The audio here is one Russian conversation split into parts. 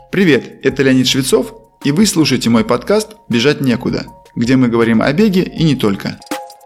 Привет, это Леонид Швецов, и вы слушаете мой подкаст «Бежать некуда», где мы говорим о беге и не только.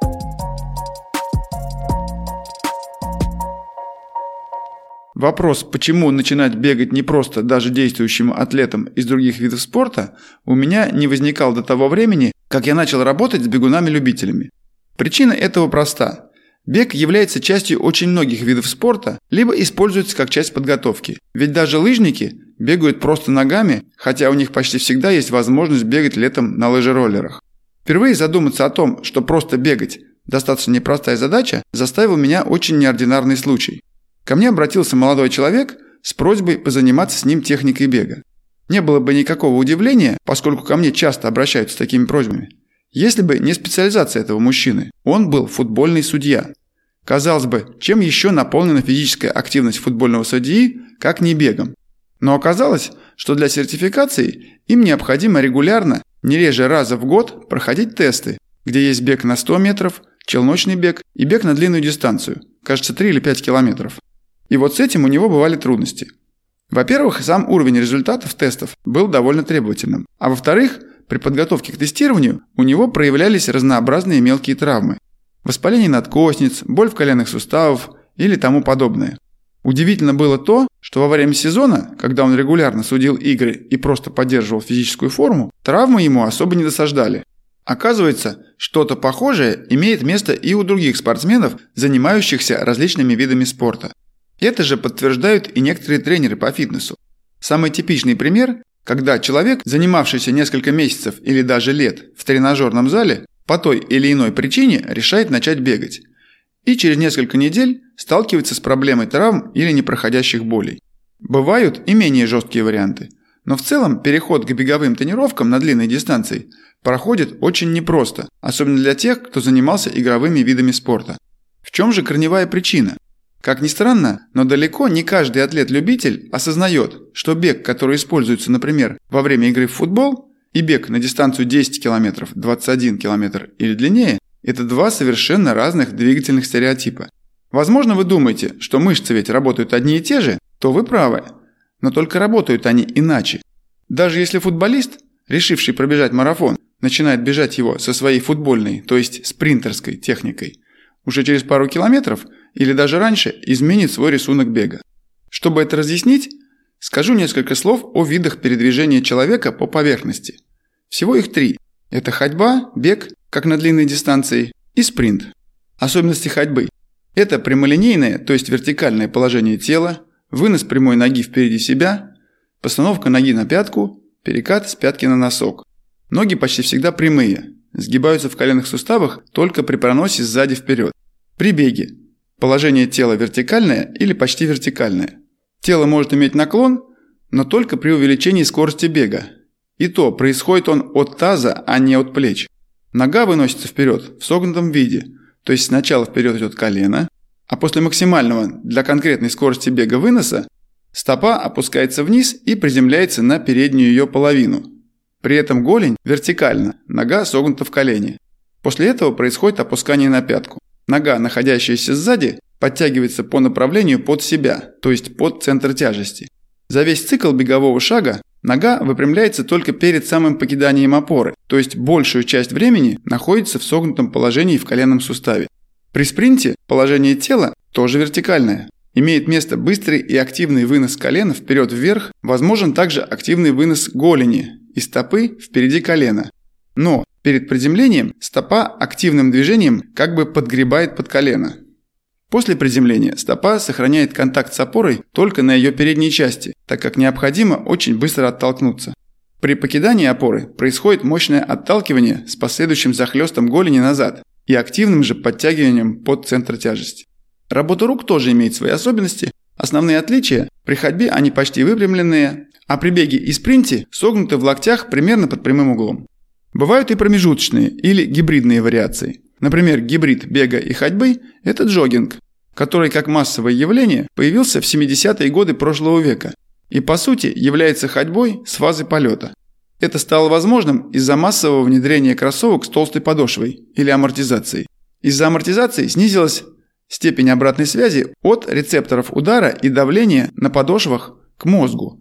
Вопрос, почему начинать бегать не просто даже действующим атлетам из других видов спорта, у меня не возникал до того времени, как я начал работать с бегунами-любителями. Причина этого проста. Бег является частью очень многих видов спорта, либо используется как часть подготовки. Ведь даже лыжники бегают просто ногами, хотя у них почти всегда есть возможность бегать летом на лыжероллерах. Впервые задуматься о том, что просто бегать – достаточно непростая задача, заставил меня очень неординарный случай. Ко мне обратился молодой человек с просьбой позаниматься с ним техникой бега. Не было бы никакого удивления, поскольку ко мне часто обращаются с такими просьбами, если бы не специализация этого мужчины. Он был футбольный судья. Казалось бы, чем еще наполнена физическая активность футбольного судьи, как не бегом. Но оказалось, что для сертификации им необходимо регулярно, не реже раза в год, проходить тесты, где есть бег на 100 метров, челночный бег и бег на длинную дистанцию, кажется, 3 или 5 километров. И вот с этим у него бывали трудности. Во-первых, сам уровень результатов тестов был довольно требовательным. А во-вторых, при подготовке к тестированию у него проявлялись разнообразные мелкие травмы. Воспаление надкостниц, боль в коленных суставах или тому подобное. Удивительно было то, что во время сезона, когда он регулярно судил игры и просто поддерживал физическую форму, травмы ему особо не досаждали. Оказывается, что-то похожее имеет место и у других спортсменов, занимающихся различными видами спорта. Это же подтверждают и некоторые тренеры по фитнесу. Самый типичный пример, когда человек, занимавшийся несколько месяцев или даже лет в тренажерном зале, по той или иной причине решает начать бегать. И через несколько недель сталкивается с проблемой травм или непроходящих болей. Бывают и менее жесткие варианты. Но в целом переход к беговым тренировкам на длинной дистанции проходит очень непросто, особенно для тех, кто занимался игровыми видами спорта. В чем же корневая причина? Как ни странно, но далеко не каждый атлет-любитель осознает, что бег, который используется, например, во время игры в футбол, и бег на дистанцию 10 км, 21 км или длиннее – это два совершенно разных двигательных стереотипа. Возможно, вы думаете, что мышцы ведь работают одни и те же, то вы правы. Но только работают они иначе. Даже если футболист, решивший пробежать марафон, начинает бежать его со своей футбольной, то есть спринтерской техникой, уже через пару километров или даже раньше изменит свой рисунок бега. Чтобы это разъяснить, скажу несколько слов о видах передвижения человека по поверхности. Всего их 3. Это ходьба, бег, как на длинной дистанции, и спринт. Особенности ходьбы. Это прямолинейное, то есть вертикальное положение тела, вынос прямой ноги впереди себя, постановка ноги на пятку, перекат с пятки на носок. Ноги почти всегда прямые, сгибаются в коленных суставах только при проносе сзади вперед. При беге. Положение тела вертикальное или почти вертикальное. Тело может иметь наклон, но только при увеличении скорости бега. И то происходит он от таза, а не от плеч. Нога выносится вперед в согнутом виде, то есть сначала вперед идет колено, а после максимального для конкретной скорости бега выноса стопа опускается вниз и приземляется на переднюю ее половину. При этом голень вертикально, нога согнута в колене. После этого происходит опускание на пятку. Нога, находящаяся сзади, подтягивается по направлению под себя, то есть под центр тяжести. За весь цикл бегового шага нога выпрямляется только перед самым покиданием опоры, то есть большую часть времени находится в согнутом положении в коленном суставе. При спринте положение тела тоже вертикальное. Имеет место быстрый и активный вынос колена вперед-вверх, возможен также активный вынос голени и стопы впереди колена. Но перед приземлением стопа активным движением как бы подгребает под колено. После приземления стопа сохраняет контакт с опорой только на ее передней части, так как необходимо очень быстро оттолкнуться. При покидании опоры происходит мощное отталкивание с последующим захлестом голени назад и активным же подтягиванием под центр тяжести. Работа рук тоже имеет свои особенности. Основные отличия – при ходьбе они почти выпрямленные, а при беге и спринте согнуты в локтях примерно под прямым углом. Бывают и промежуточные или гибридные вариации. Например, гибрид бега и ходьбы – это джогинг, который как массовое явление появился в 70-е годы прошлого века и по сути является ходьбой с фазой полета. Это стало возможным из-за массового внедрения кроссовок с толстой подошвой или амортизацией. Из-за амортизации снизилась степень обратной связи от рецепторов удара и давления на подошвах к мозгу,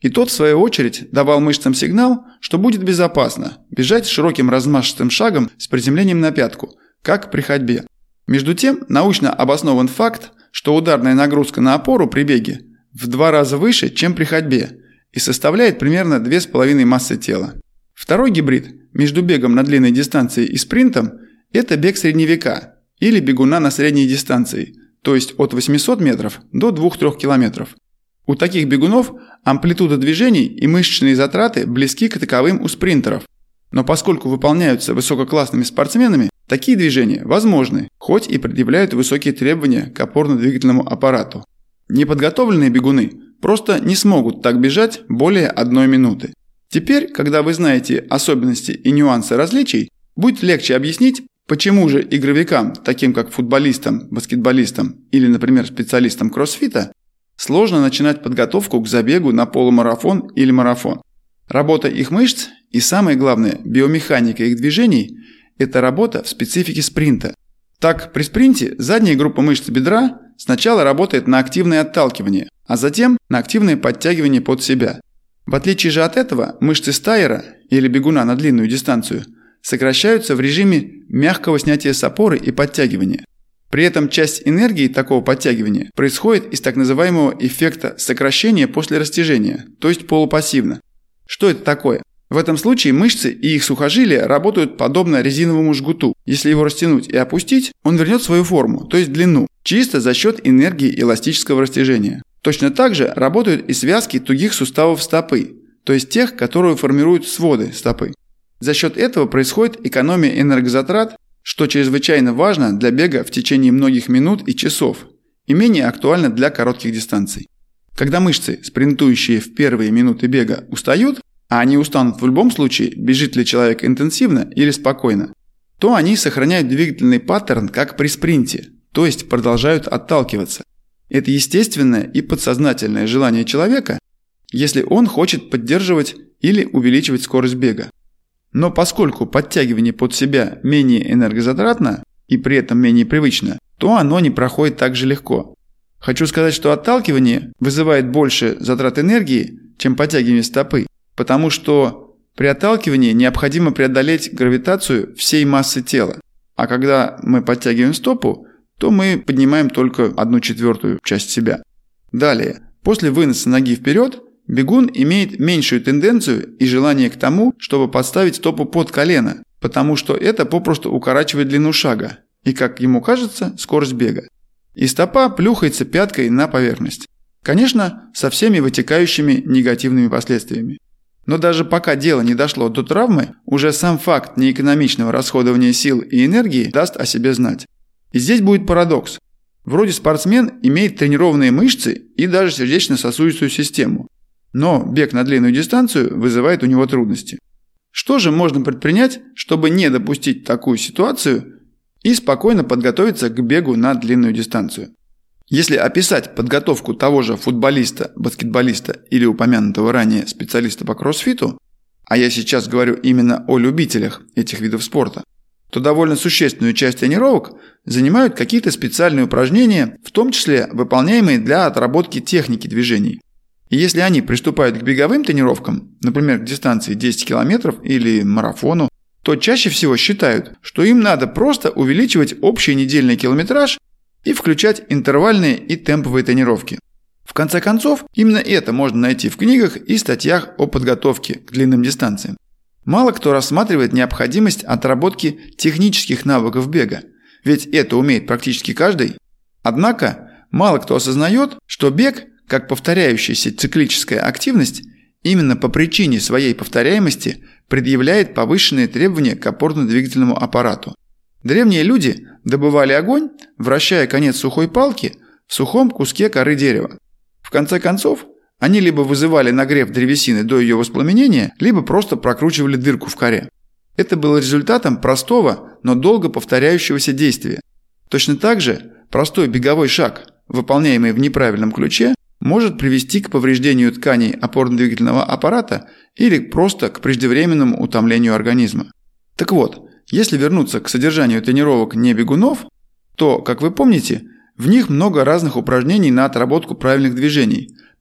И тот, в свою очередь, давал мышцам сигнал, что будет безопасно бежать широким размашистым шагом с приземлением на пятку, как при ходьбе. Между тем, научно обоснован факт, что ударная нагрузка на опору при беге в 2 раза выше, чем при ходьбе, и составляет примерно 2,5 массы тела. Второй гибрид между бегом на длинной дистанции и спринтом – это бег средневека или бегуна на средней дистанции, то есть от 800 метров до 2-3 километров. У таких бегунов амплитуда движений и мышечные затраты близки к таковым у спринтеров. Но поскольку выполняются высококлассными спортсменами, такие движения возможны, хоть и предъявляют высокие требования к опорно-двигательному аппарату. Неподготовленные бегуны просто не смогут так бежать более 1 минуты. Теперь, когда вы знаете особенности и нюансы различий, будет легче объяснить, почему же игровикам, таким как футболистам, баскетболистам или, например, специалистам кроссфита, сложно начинать подготовку к забегу на полумарафон или марафон. Работа их мышц и, самое главное, биомеханика их движений – это работа в специфике спринта. Так, при спринте задняя группа мышц бедра сначала работает на активное отталкивание, а затем на активное подтягивание под себя. В отличие же от этого, мышцы стайера или бегуна на длинную дистанцию сокращаются в режиме мягкого снятия с опоры и подтягивания. При этом часть энергии такого подтягивания происходит из так называемого эффекта сокращения после растяжения, то есть полупассивно. Что это такое? В этом случае мышцы и их сухожилия работают подобно резиновому жгуту. Если его растянуть и опустить, он вернет свою форму, то есть длину, чисто за счет энергии эластического растяжения. Точно так же работают и связки тугих суставов стопы, то есть тех, которые формируют своды стопы. За счет этого происходит экономия энергозатрат, что чрезвычайно важно для бега в течение многих минут и часов, и менее актуально для коротких дистанций. Когда мышцы, спринтующие в первые минуты бега, устают, а они устанут в любом случае, бежит ли человек интенсивно или спокойно, то они сохраняют двигательный паттерн, как при спринте, то есть продолжают отталкиваться. Это естественное и подсознательное желание человека, если он хочет поддерживать или увеличивать скорость бега. Но поскольку подтягивание под себя менее энергозатратно и при этом менее привычно, то оно не проходит так же легко. Хочу сказать, что отталкивание вызывает больше затрат энергии, чем подтягивание стопы, потому что при отталкивании необходимо преодолеть гравитацию всей массы тела, а когда мы подтягиваем стопу, то мы поднимаем только 1/4 часть себя. Далее, после выноса ноги вперед, бегун имеет меньшую тенденцию и желание к тому, чтобы подставить стопу под колено, потому что это попросту укорачивает длину шага и, как ему кажется, скорость бега. И стопа плюхается пяткой на поверхность. Конечно, со всеми вытекающими негативными последствиями. Но даже пока дело не дошло до травмы, уже сам факт неэкономичного расходования сил и энергии даст о себе знать. И здесь будет парадокс. Вроде спортсмен имеет тренированные мышцы и даже сердечно-сосудистую систему, но бег на длинную дистанцию вызывает у него трудности. Что же можно предпринять, чтобы не допустить такую ситуацию и спокойно подготовиться к бегу на длинную дистанцию? Если описать подготовку того же футболиста, баскетболиста или упомянутого ранее специалиста по кроссфиту, а я сейчас говорю именно о любителях этих видов спорта, то довольно существенную часть тренировок занимают какие-то специальные упражнения, в том числе выполняемые для отработки техники движений. И если они приступают к беговым тренировкам, например, к дистанции 10 км или марафону, то чаще всего считают, что им надо просто увеличивать общий недельный километраж и включать интервальные и темповые тренировки. В конце концов, именно это можно найти в книгах и статьях о подготовке к длинным дистанциям. Мало кто рассматривает необходимость отработки технических навыков бега, ведь это умеет практически каждый. Однако, мало кто осознает, что бег, как повторяющаяся циклическая активность, именно по причине своей повторяемости предъявляет повышенные требования к опорно-двигательному аппарату. Древние люди добывали огонь, вращая конец сухой палки в сухом куске коры дерева. В конце концов, они либо вызывали нагрев древесины до ее воспламенения, либо просто прокручивали дырку в коре. Это было результатом простого, но долго повторяющегося действия. Точно так же простой беговой шаг, выполняемый в неправильном ключе, может привести к повреждению тканей опорно-двигательного аппарата или просто к преждевременному утомлению организма. Так вот, если вернуться к содержанию тренировок не бегунов, то, как вы помните, в них много разных упражнений на отработку правильных движений,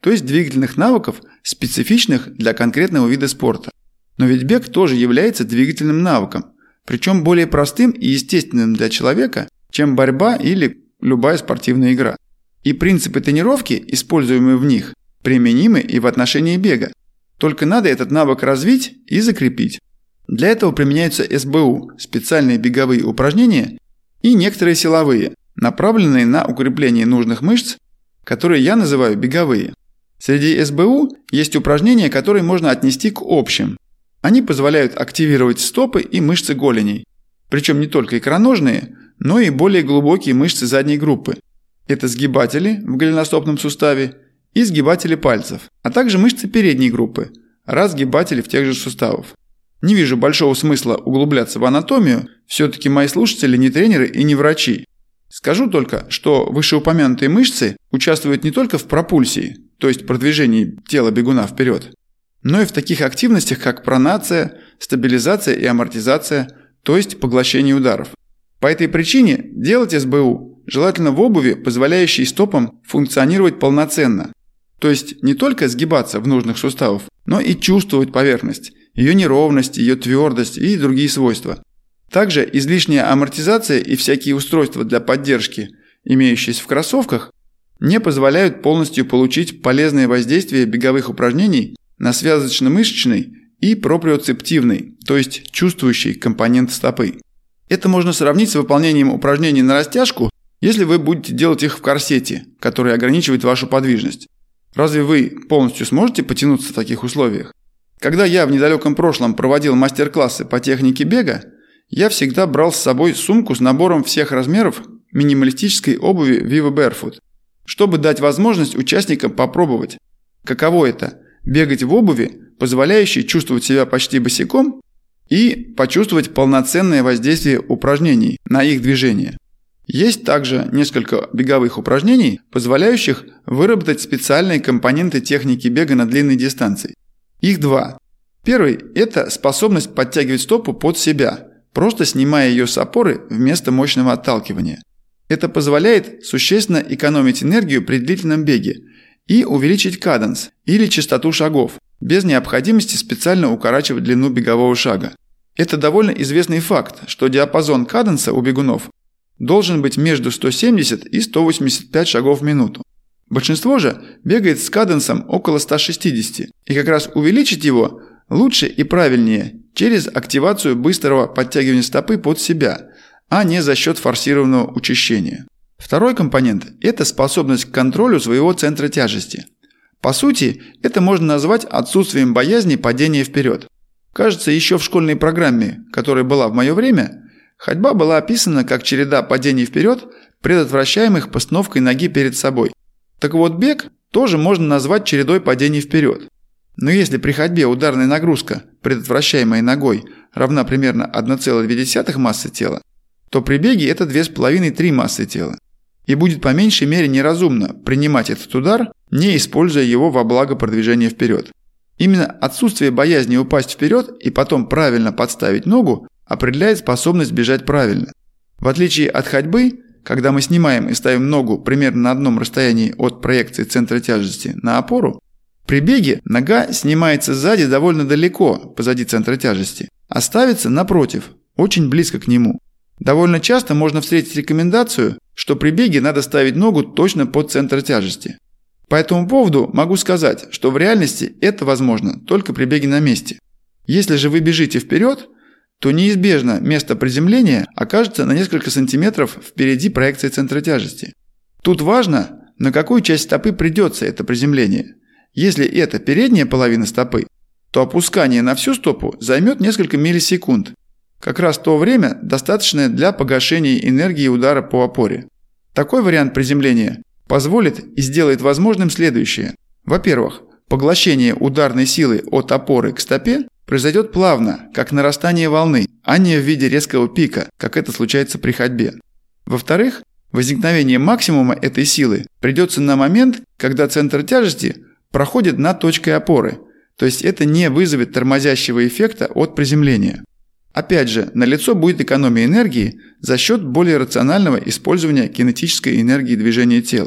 то есть двигательных навыков, специфичных для конкретного вида спорта. Но ведь бег тоже является двигательным навыком, причем более простым и естественным для человека, чем борьба или любая спортивная игра. И принципы тренировки, используемые в них, применимы и в отношении бега. Только надо этот навык развить и закрепить. Для этого применяются СБУ – специальные беговые упражнения, и некоторые силовые, направленные на укрепление нужных мышц, которые я называю беговые. Среди СБУ есть упражнения, которые можно отнести к общим. Они позволяют активировать стопы и мышцы голеней. Причем не только икроножные, но и более глубокие мышцы задней группы. Это сгибатели в голеностопном суставе и сгибатели пальцев, а также мышцы передней группы, разгибатели в тех же суставах. Не вижу большого смысла углубляться в анатомию, все-таки мои слушатели не тренеры и не врачи. Скажу только, что вышеупомянутые мышцы участвуют не только в пропульсии, то есть продвижении тела бегуна вперед, но и в таких активностях, как пронация, стабилизация и амортизация, то есть поглощение ударов. По этой причине делать СБУ желательно в обуви, позволяющей стопам функционировать полноценно. То есть не только сгибаться в нужных суставах, но и чувствовать поверхность, ее неровность, ее твердость и другие свойства. Также излишняя амортизация и всякие устройства для поддержки, имеющиеся в кроссовках, не позволяют полностью получить полезное воздействие беговых упражнений на связочно-мышечный и проприоцептивный, то есть чувствующий компонент стопы. Это можно сравнить с выполнением упражнений на растяжку, если вы будете делать их в корсете, который ограничивает вашу подвижность. Разве вы полностью сможете потянуться в таких условиях? Когда я в недалеком прошлом проводил мастер-классы по технике бега, я всегда брал с собой сумку с набором всех размеров минималистической обуви Viva Barefoot, чтобы дать возможность участникам попробовать, каково это – бегать в обуви, позволяющей чувствовать себя почти босиком, и почувствовать полноценное воздействие упражнений на их движение. Есть также несколько беговых упражнений, позволяющих выработать специальные компоненты техники бега на длинной дистанции. Их два. Первый – это способность подтягивать стопу под себя, просто снимая ее с опоры вместо мощного отталкивания. Это позволяет существенно экономить энергию при длительном беге и увеличить каденс или частоту шагов, без необходимости специально укорачивать длину бегового шага. Это довольно известный факт, что диапазон каденса у бегунов должен быть между 170 и 185 шагов в минуту. Большинство же бегает с каденсом около 160, и как раз увеличить его лучше и правильнее через активацию быстрого подтягивания стопы под себя, а не за счет форсированного учащения. Второй компонент – это способность к контролю своего центра тяжести. По сути, это можно назвать отсутствием боязни падения вперед. Кажется, еще в школьной программе, которая была в мое время, ходьба была описана как череда падений вперед, предотвращаемых постановкой ноги перед собой. Так вот, бег тоже можно назвать чередой падений вперед. Но если при ходьбе ударная нагрузка, предотвращаемая ногой, равна примерно 1,2 массы тела, то при беге это 2,5-3 массы тела. И будет по меньшей мере неразумно принимать этот удар, не используя его во благо продвижения вперед. Именно отсутствие боязни упасть вперед и потом правильно подставить ногу определяет способность бежать правильно. В отличие от ходьбы, когда мы снимаем и ставим ногу примерно на одном расстоянии от проекции центра тяжести на опору, при беге нога снимается сзади довольно далеко, позади центра тяжести, а ставится напротив, очень близко к нему. Довольно часто можно встретить рекомендацию, что при беге надо ставить ногу точно под центр тяжести. По этому поводу могу сказать, что в реальности это возможно только при беге на месте. Если же вы бежите вперед, то неизбежно место приземления окажется на несколько сантиметров впереди проекции центра тяжести. Тут важно, на какую часть стопы придется это приземление. Если это передняя половина стопы, то опускание на всю стопу займет несколько миллисекунд. Как раз то время, достаточное для погашения энергии удара по опоре. Такой вариант приземления позволит и сделает возможным следующее. Во-первых, поглощение ударной силы от опоры к стопе произойдет плавно, как нарастание волны, а не в виде резкого пика, как это случается при ходьбе. Во-вторых, возникновение максимума этой силы придется на момент, когда центр тяжести проходит над точкой опоры, то есть это не вызовет тормозящего эффекта от приземления. Опять же, налицо будет экономия энергии за счет более рационального использования кинетической энергии движения тела.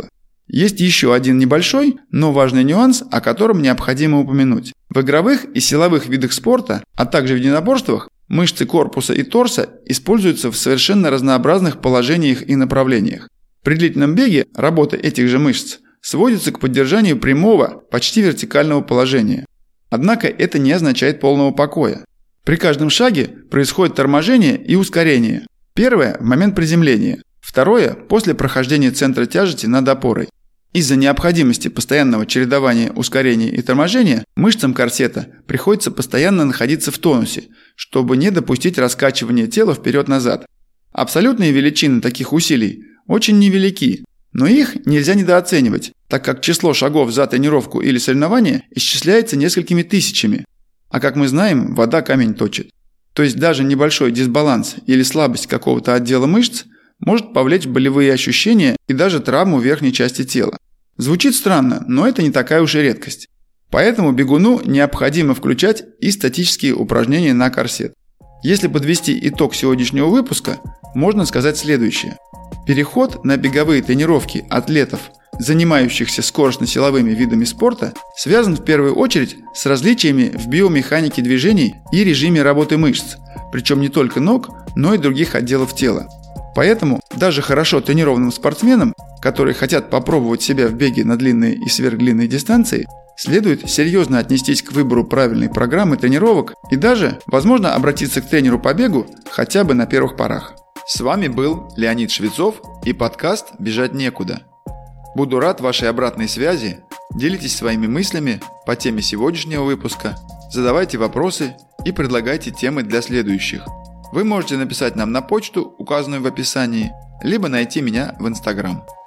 Есть еще один небольшой, но важный нюанс, о котором необходимо упомянуть. В игровых и силовых видах спорта, а также в единоборствах, мышцы корпуса и торса используются в совершенно разнообразных положениях и направлениях. При длительном беге работа этих же мышц сводится к поддержанию прямого, почти вертикального положения. Однако это не означает полного покоя. При каждом шаге происходит торможение и ускорение. Первое – в момент приземления, второе – после прохождения центра тяжести над опорой. Из-за необходимости постоянного чередования ускорения и торможения мышцам корсета приходится постоянно находиться в тонусе, чтобы не допустить раскачивания тела вперед-назад. Абсолютные величины таких усилий очень невелики, но их нельзя недооценивать, так как число шагов за тренировку или соревнование исчисляется несколькими тысячами. А как мы знаем, вода камень точит. То есть даже небольшой дисбаланс или слабость какого-то отдела мышц может повлечь болевые ощущения и даже травму верхней части тела. Звучит странно, но это не такая уж и редкость. Поэтому бегуну необходимо включать и статические упражнения на корсет. Если подвести итог сегодняшнего выпуска, можно сказать следующее. Переход на беговые тренировки атлетов, занимающихся скоростно-силовыми видами спорта, связан в первую очередь с различиями в биомеханике движений и режиме работы мышц, причем не только ног, но и других отделов тела. Поэтому даже хорошо тренированным спортсменам, которые хотят попробовать себя в беге на длинные и сверхдлинные дистанции, следует серьезно отнестись к выбору правильной программы тренировок и даже, возможно, обратиться к тренеру по бегу хотя бы на первых порах. С вами был Леонид Швецов и подкаст «Бежать некуда». Буду рад вашей обратной связи, делитесь своими мыслями по теме сегодняшнего выпуска, задавайте вопросы и предлагайте темы для следующих. Вы можете написать нам на почту, указанную в описании, либо найти меня в Instagram.